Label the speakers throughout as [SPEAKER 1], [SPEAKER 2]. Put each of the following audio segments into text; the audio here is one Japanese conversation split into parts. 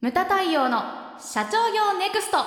[SPEAKER 1] ムタ太陽の社長業ネクスト。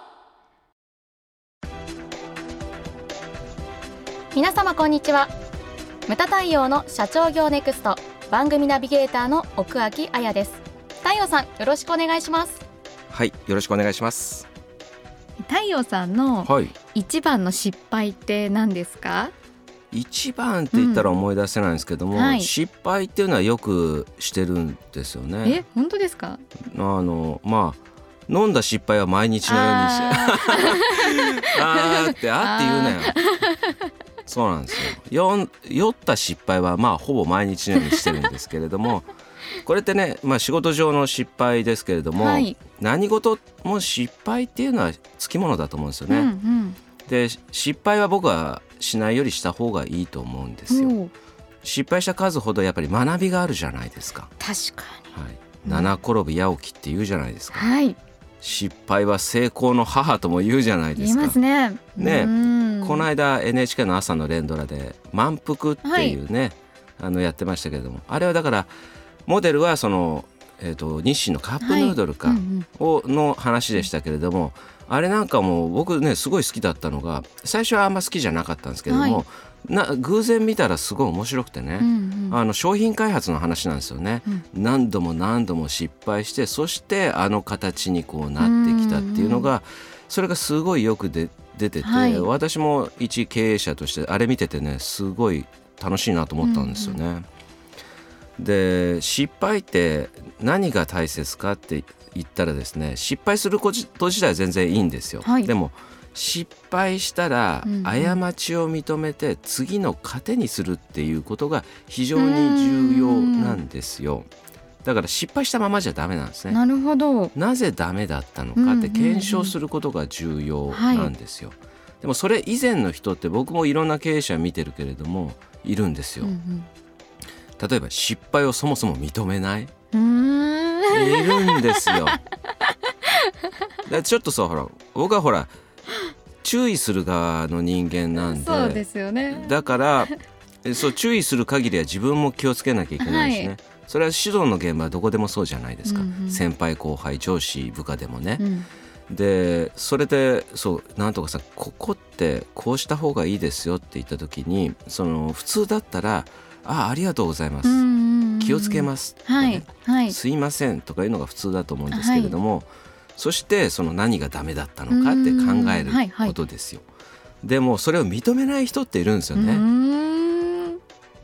[SPEAKER 1] 皆様こんにちは。ムタ太陽の社長業ネクスト番組ナビゲーターの奥脇彩です。太陽さん、よろしくお願いします。
[SPEAKER 2] はい、よろしくお願いします。
[SPEAKER 1] 太陽さんの一番の失敗って何ですか？
[SPEAKER 2] 一番って言ったら思い出せないんですけども、失敗っていうのはよくしてるんですよね。
[SPEAKER 1] 本当ですか？
[SPEAKER 2] 飲んだ失敗は毎日のようにしてあって言うなよ。そうなんですよ。酔った失敗はほぼ毎日のようにしてるんですけれどもこれってね、仕事上の失敗ですけれども、何事も失敗っていうのはつきものだと思うんですよね。で、失敗は僕はしないよりした方がいいと思うんですよ。失敗した数ほどやっぱり学びがあるじゃないですか。
[SPEAKER 1] 確かに、
[SPEAKER 2] 七転び八起きって言うじゃないですか。失敗は成功の母とも言うじゃないですか。
[SPEAKER 1] 言いますね。
[SPEAKER 2] この間 NHK の朝の連ドラで満腹っていうね、やってましたけれども、あれはだからモデルはその、日清のカップヌードルの話でしたけれども、あれなんかも僕ねすごい好きだったのが、最初はあんま好きじゃなかったんですけども、偶然見たらすごい面白くてね、商品開発の話なんですよね。何度も何度も失敗して、そしてあの形にこうなってきたっていうのが、それがすごいよく出てて、私も一経営者としてあれ見ててねすごい楽しいなと思ったんですよね。で、失敗って何が大切かって言ったらですね、失敗すること自体は全然いいんですよ。でも失敗したら過ちを認めて次の糧にするっていうことが非常に重要なんですよ。だから失敗したままじゃダメなんですね。
[SPEAKER 1] なるほど。
[SPEAKER 2] なぜダメだったのかって検証することが重要なんですよ。でもそれ以前の人って僕もいろんな経営者見てるけれどもいるんですよ。例えば失敗をそもそも認めないいるんですよ。だちょっとさ、僕は注意する側の人間なんで、
[SPEAKER 1] そうですよね。
[SPEAKER 2] だから注意する限りは自分も気をつけなきゃいけないしね。それは指導の現場はどこでもそうじゃないですか。先輩後輩上司部下でもね。でそれでなんとかさ、ここってこうした方がいいですよって言った時に、普通だったらありがとうございます、気をつけますとかね、すいませんとかいうのが普通だと思うんですけれども、そして何がダメだったのかって考えることですよ。でもそれを認めない人っているんですよね。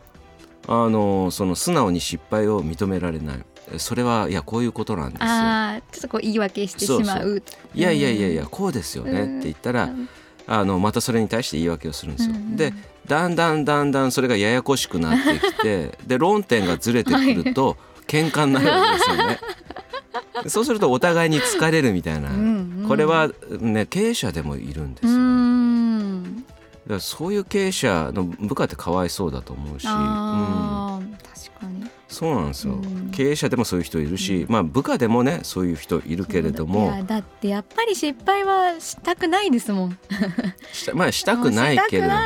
[SPEAKER 2] 素直に失敗を認められない。それはいやこういうことなんですよ。
[SPEAKER 1] ちょっとこう言い訳してしまう。
[SPEAKER 2] いやこうですよねって言ったら、またそれに対して言い訳をするんですよ。でだんだんそれがややこしくなってきてで論点がずれてくると喧嘩になるんですよね。そうするとお互いに疲れるみたいな、これはね経営者でもいるんですよ。だからそういう経営者の部下ってかわいそうだと思うし、確
[SPEAKER 1] かに
[SPEAKER 2] そうなんですよ。経営者でもそういう人いるし、部下でもねそういう人いるけれども、
[SPEAKER 1] だってやっぱり失敗はしたくないですもん。
[SPEAKER 2] したくないけれど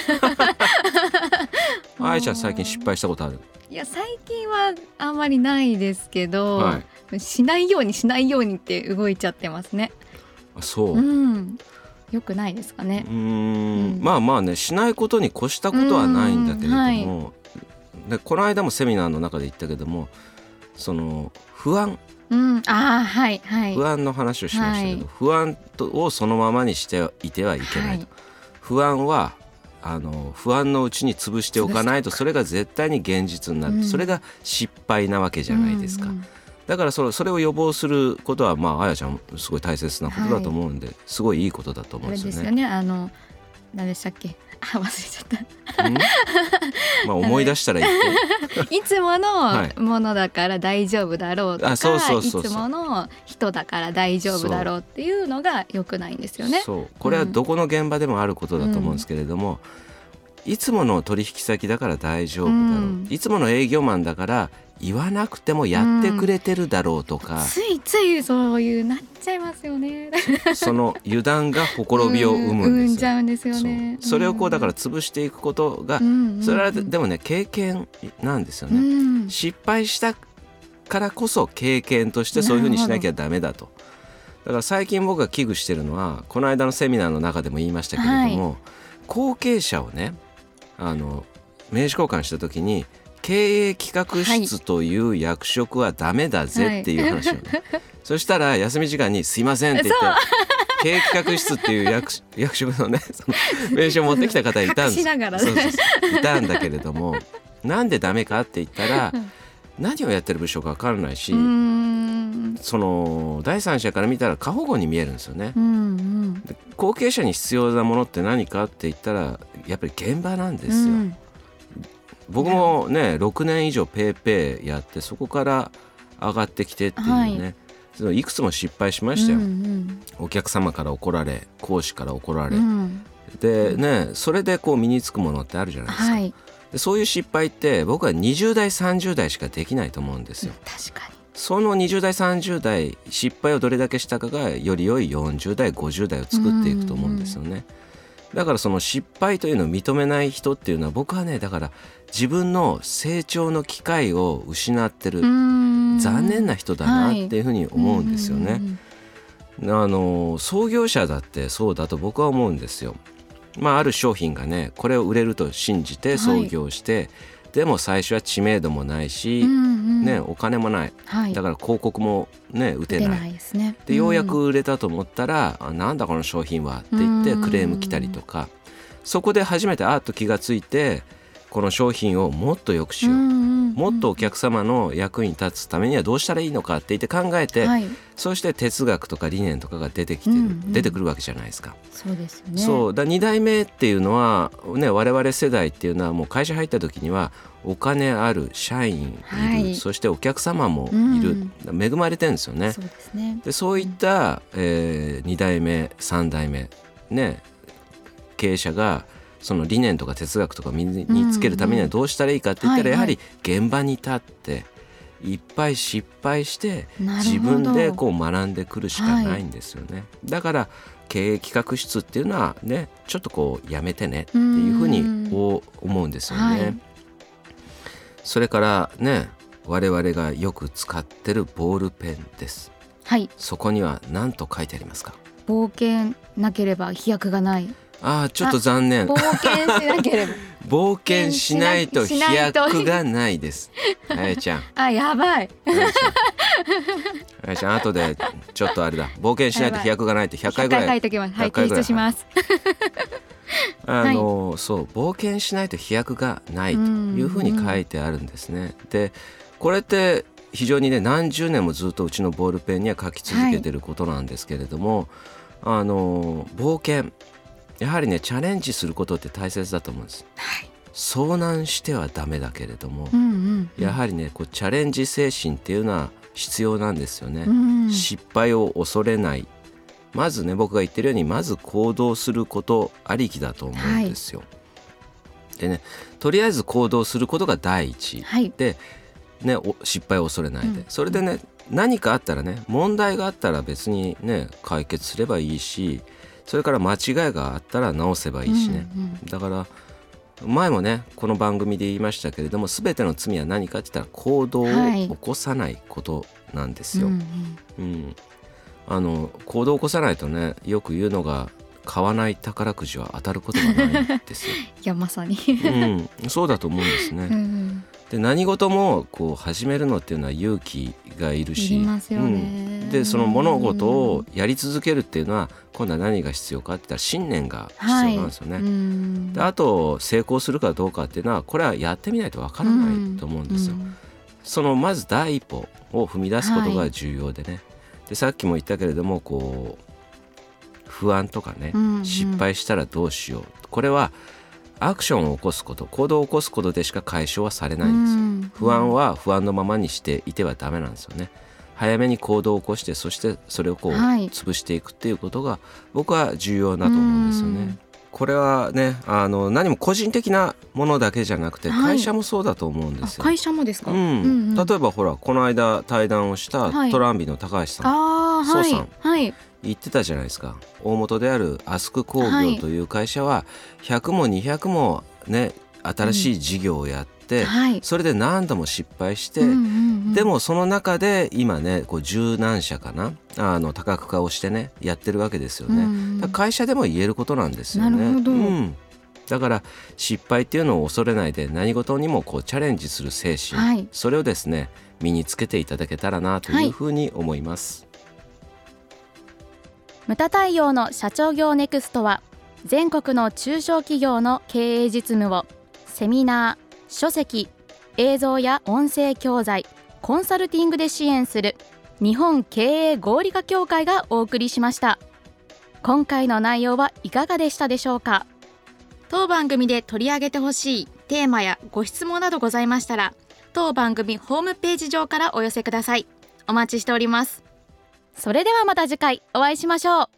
[SPEAKER 2] あいちゃん最近失敗したことある？
[SPEAKER 1] いや最近はあんまりないですけど、しないようにって動いちゃってますね。
[SPEAKER 2] そう、
[SPEAKER 1] よくないですかね。
[SPEAKER 2] ね、しないことに越したことはないんだけれども、でこの間もセミナーの中で言ったけども、不安、不安の話をしましたけど、不安をそのままにしていてはいけないと。不安は不安のうちに潰しておかないとそれが絶対に現実になる、それが失敗なわけじゃないですか。だからそれを予防することはあやちゃんすごい大切なことだと思うんで、すごいいいことだと思うんですよね。
[SPEAKER 1] あれですよね、何でしたっけ、忘れちゃった。
[SPEAKER 2] 思い出したら言って
[SPEAKER 1] いつものものだから大丈夫だろうとか、いつもの人だから大丈夫だろうっていうのが良くないんですよね。
[SPEAKER 2] これはどこの現場でもあることだと思うんですけれども、いつもの取引先だから大丈夫だろう、いつもの営業マンだから言わなくてもやってくれてるだろうとか、
[SPEAKER 1] ついついそういうなっちゃいますよね。
[SPEAKER 2] その油断がほころびを生むんですよ。
[SPEAKER 1] 生んじゃうんですよね。
[SPEAKER 2] それをだから潰していくことが、それはでもね経験なんですよね。失敗したからこそ経験としてそういうふうにしなきゃダメだと。だから最近僕が危惧してるのは、この間のセミナーの中でも言いましたけれども、後継者をね名刺交換した時に経営企画室という役職はダメだぜっていう話をね、そしたら休み時間にすいませんって言って経営企画室っていう役職のねその名刺を持ってきた方いたんです。
[SPEAKER 1] 隠しながらね。
[SPEAKER 2] いたんだけれどもなんでダメかって言ったら、何をやってる部署か分からないし、その第三者から見たら過保護に見えるんですよね。で後継者に必要なものって何かって言ったらやっぱり現場なんですよ。僕もね6年以上ペーペーやってそこから上がってきてっていうね、いくつも失敗しましたよ。お客様から怒られ、講師から怒られ、でね、それでこう身につくものってあるじゃないですか。でそういう失敗って僕は20代30代しかできないと思うんですよ。
[SPEAKER 1] 確かに。
[SPEAKER 2] その20代30代失敗をどれだけしたかがより良い40代50代を作っていくと思うんですよね。だからその失敗というのを認めない人っていうのは、僕はねだから自分の成長の機会を失ってる残念な人だなっていうふうに思うんですよね。創業者だってそうだと僕は思うんですよ。ある商品がねこれを売れると信じて創業して、でも最初は知名度もないし、お金もない、だから広告も、打てない、でようやく売れたと思ったら、なんだこの商品はって言ってクレーム来たりとか、そこで初めてと気がついて、この商品をもっと良くしよう、もっとお客様の役に立つためにはどうしたらいいのかって言って考えて、そうして哲学とか理念とかが出てくるわけじゃないですか。
[SPEAKER 1] そうですよね。
[SPEAKER 2] そうだ、2代目っていうのは、我々世代っていうのはもう会社入った時にはお金ある、社員いる、そしてお客様もいる、恵まれてるんですよね。
[SPEAKER 1] そうですね。
[SPEAKER 2] でそういった、2代目3代目経営者がその理念とか哲学とか身につけるためにはどうしたらいいかって言ったら、やはり現場に立っていっぱい失敗して自分でこう学んでくるしかないんですよね。だから経営企画室っていうのはね、ちょっとこうやめてねっていうふうに思うんですよね。それからね、我々がよく使ってるボールペンです。そこには何と書いてありますか？
[SPEAKER 1] 冒険なければ飛躍がない。
[SPEAKER 2] ちょっと残念。
[SPEAKER 1] 冒険しなければ
[SPEAKER 2] 冒険しないと飛躍がないです。あやちゃん。
[SPEAKER 1] やばい。
[SPEAKER 2] あやちゃん、後でちょっとあれだ。冒険しないと飛躍がないって100回ぐらい
[SPEAKER 1] 書いておきます。提出します。
[SPEAKER 2] そう、冒険しないと飛躍がないというふうに書いてあるんですね。でこれって非常にね、何十年もずっとうちのボールペンには書き続けてることなんですけれども、冒険、やはりねチャレンジすることって大切だと思うんです。遭難してはダメだけれども、やはりねこうチャレンジ精神っていうのは必要なんですよね。失敗を恐れない、まずね僕が言ってるようにまず行動することありきだと思うんですよ。でね、とりあえず行動することが第一、で、失敗を恐れないで、それでね何かあったらね、問題があったら別にね解決すればいいし、それから間違いがあったら直せばいいしね、だから前もねこの番組で言いましたけれども、全ての罪は何かって言ったら行動を起こさないことなんですよ。行動を起こさないとね、よく言うのが買わない宝くじは当たることがないんですよ。
[SPEAKER 1] いやまさに、
[SPEAKER 2] そうだと思うんですね。で何事もこう始めるのっていうのは勇気がいるし、
[SPEAKER 1] いりますよね。
[SPEAKER 2] でその物事をやり続けるっていうのは今度は何が必要かって言ったら信念が必要なんですよね。であと成功するかどうかっていうのはこれはやってみないとわからないと思うんですよ。そのまず第一歩を踏み出すことが重要でね、でさっきも言ったけれどもこう不安とかね、失敗したらどうしよう、これはアクションを起こすこと、行動を起こすことでしか解消はされないんですよ。不安は不安のままにしていてはダメなんですよね。早めに行動を起こして、そしてそれをこう潰していくっていうことが僕は重要だと思うんですよね。これはね何も個人的なものだけじゃなくて会社もそうだと思うんですよ。
[SPEAKER 1] 会社もですか？
[SPEAKER 2] 例えばほらこの間対談をしたトランビの高橋さん、宋さん、言ってたじゃないですか。大元であるアスク工業という会社は100も200もね新しい事業をやっ 、それで何度も失敗して、でもその中で今ねこう十何社かな多角化をしてねやってるわけですよね。だから会社でも言えることなんですよね。
[SPEAKER 1] なるほど、
[SPEAKER 2] だから失敗っていうのを恐れないで何事にもこうチャレンジする精神、それをですね身につけていただけたらなというふうに思います。
[SPEAKER 1] ムタ太陽の社長業ネクストは全国の中小企業の経営実務をセミナー、書籍、映像や音声教材、コンサルティングで支援する日本経営合理化協会がお送りしました。今回の内容はいかがでしたでしょうか。当番組で取り上げてほしいテーマやご質問などございましたら、当番組ホームページ上からお寄せください。お待ちしております。それではまた次回お会いしましょう。